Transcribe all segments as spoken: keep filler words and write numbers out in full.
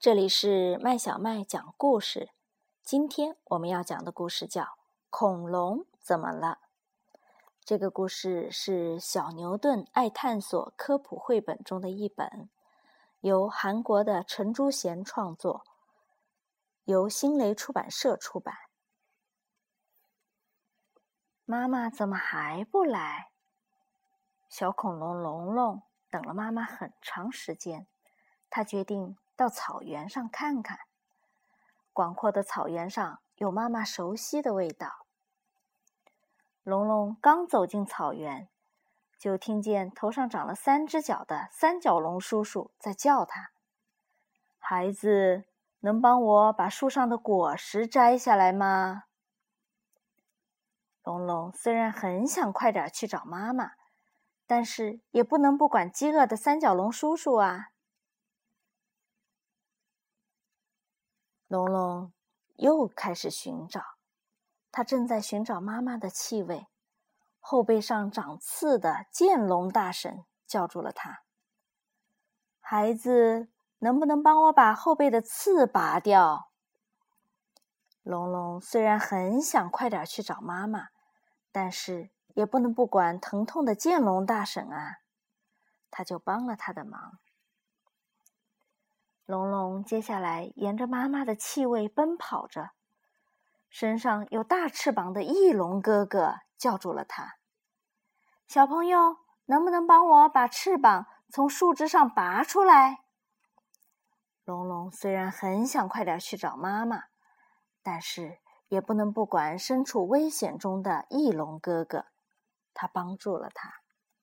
这里是麦小麦讲故事。今天我们要讲的故事叫《恐龙怎么了》。这个故事是小牛顿爱探索科普绘本中的一本，由韩国的陈珠贤创作，由新蕾出版社出版。妈妈怎么还不来？小恐龙龙龙等了妈妈很长时间，他决定到草原上看看。广阔的草原上有妈妈熟悉的味道。龙龙刚走进草原，就听见头上长了三只脚的三角龙叔叔在叫他：孩子，能帮我把树上的果实摘下来吗？龙龙虽然很想快点去找妈妈，但是也不能不管饥饿的三角龙叔叔啊。龙龙又开始寻找，他正在寻找妈妈的气味。后背上长刺的剑龙大婶叫住了他：孩子，能不能帮我把后背的刺拔掉？龙龙虽然很想快点去找妈妈，但是也不能不管疼痛的剑龙大婶啊，他就帮了他的忙。龙龙接下来沿着妈妈的气味奔跑着，身上有大翅膀的翼龙哥哥叫住了他：小朋友，能不能帮我把翅膀从树枝上拔出来？龙龙虽然很想快点去找妈妈，但是也不能不管身处危险中的翼龙哥哥，他帮助了他。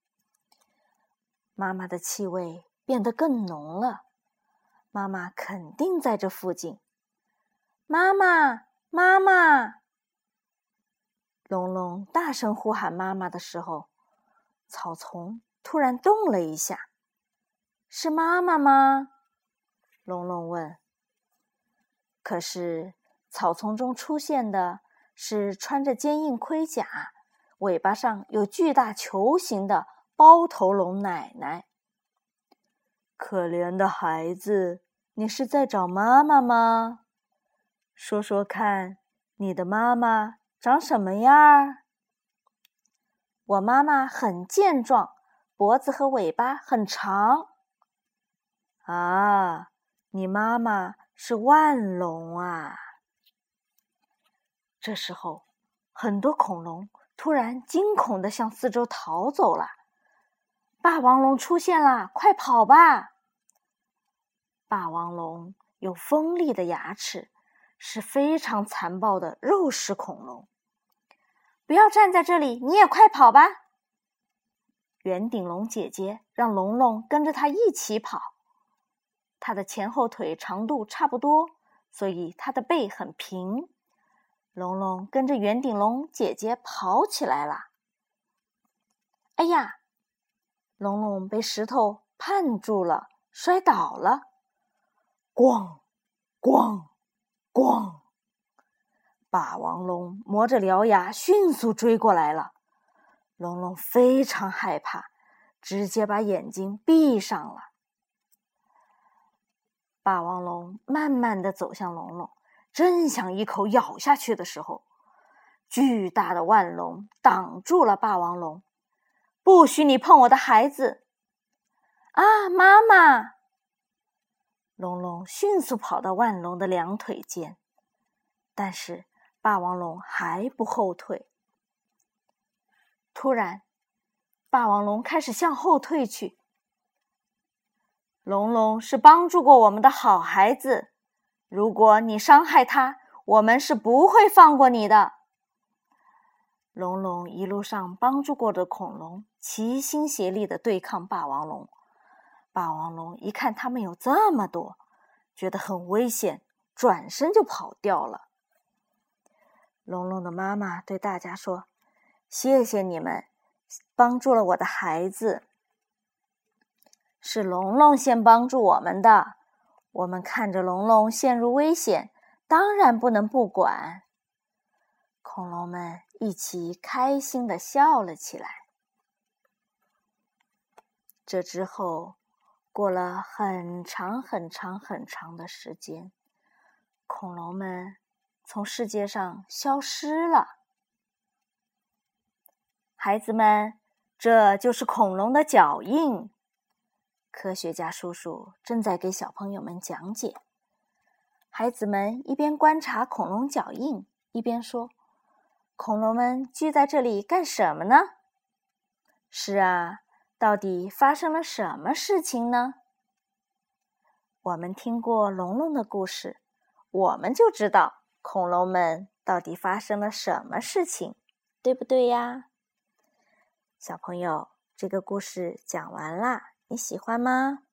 妈妈的气味变得更浓了，妈妈肯定在这附近。妈妈，妈妈！龙龙大声呼喊妈妈的时候，草丛突然动了一下。是妈妈吗？龙龙问。可是草丛中出现的是穿着坚硬盔甲，尾巴上有巨大球形的包头龙奶奶。可怜的孩子，你是在找妈妈吗？说说看，你的妈妈长什么样儿？我妈妈很健壮，脖子和尾巴很长。啊，你妈妈是腕龙啊！这时候，很多恐龙突然惊恐地向四周逃走了。霸王龙出现了，快跑吧！霸王龙有锋利的牙齿，是非常残暴的肉食恐龙。不要站在这里，你也快跑吧！圆顶龙姐姐让龙龙跟着她一起跑。她的前后腿长度差不多，所以她的背很平。龙龙跟着圆顶龙姐姐跑起来了。哎呀！龙龙被石头绊住了，摔倒了。咣咣咣！霸王龙磨着獠牙迅速追过来了。龙龙非常害怕，直接把眼睛闭上了。霸王龙慢慢地走向龙龙，正想一口咬下去的时候，巨大的腕龙挡住了霸王龙。不许你碰我的孩子！啊，妈妈！龙龙迅速跑到腕龙的两腿间，但是霸王龙还不后退。突然，霸王龙开始向后退去。龙龙是帮助过我们的好孩子，如果你伤害他，我们是不会放过你的。龙龙一路上帮助过的恐龙齐心协力地对抗霸王龙。霸王龙一看他们有这么多，觉得很危险，转身就跑掉了。龙龙的妈妈对大家说：谢谢你们，帮助了我的孩子。是龙龙先帮助我们的，我们看着龙龙陷入危险，当然不能不管。恐龙们一起开心地笑了起来。这之后， 过了很长很长很长的时间，恐龙们从世界上消失了。孩子们，这就是恐龙的脚印。科学家叔叔正在给小朋友们讲解。孩子们一边观察恐龙脚印，一边说：恐龙们聚在这里干什么呢？是啊，到底发生了什么事情呢？我们听过龙龙的故事，我们就知道恐龙们到底发生了什么事情，对不对呀？小朋友，这个故事讲完啦，你喜欢吗？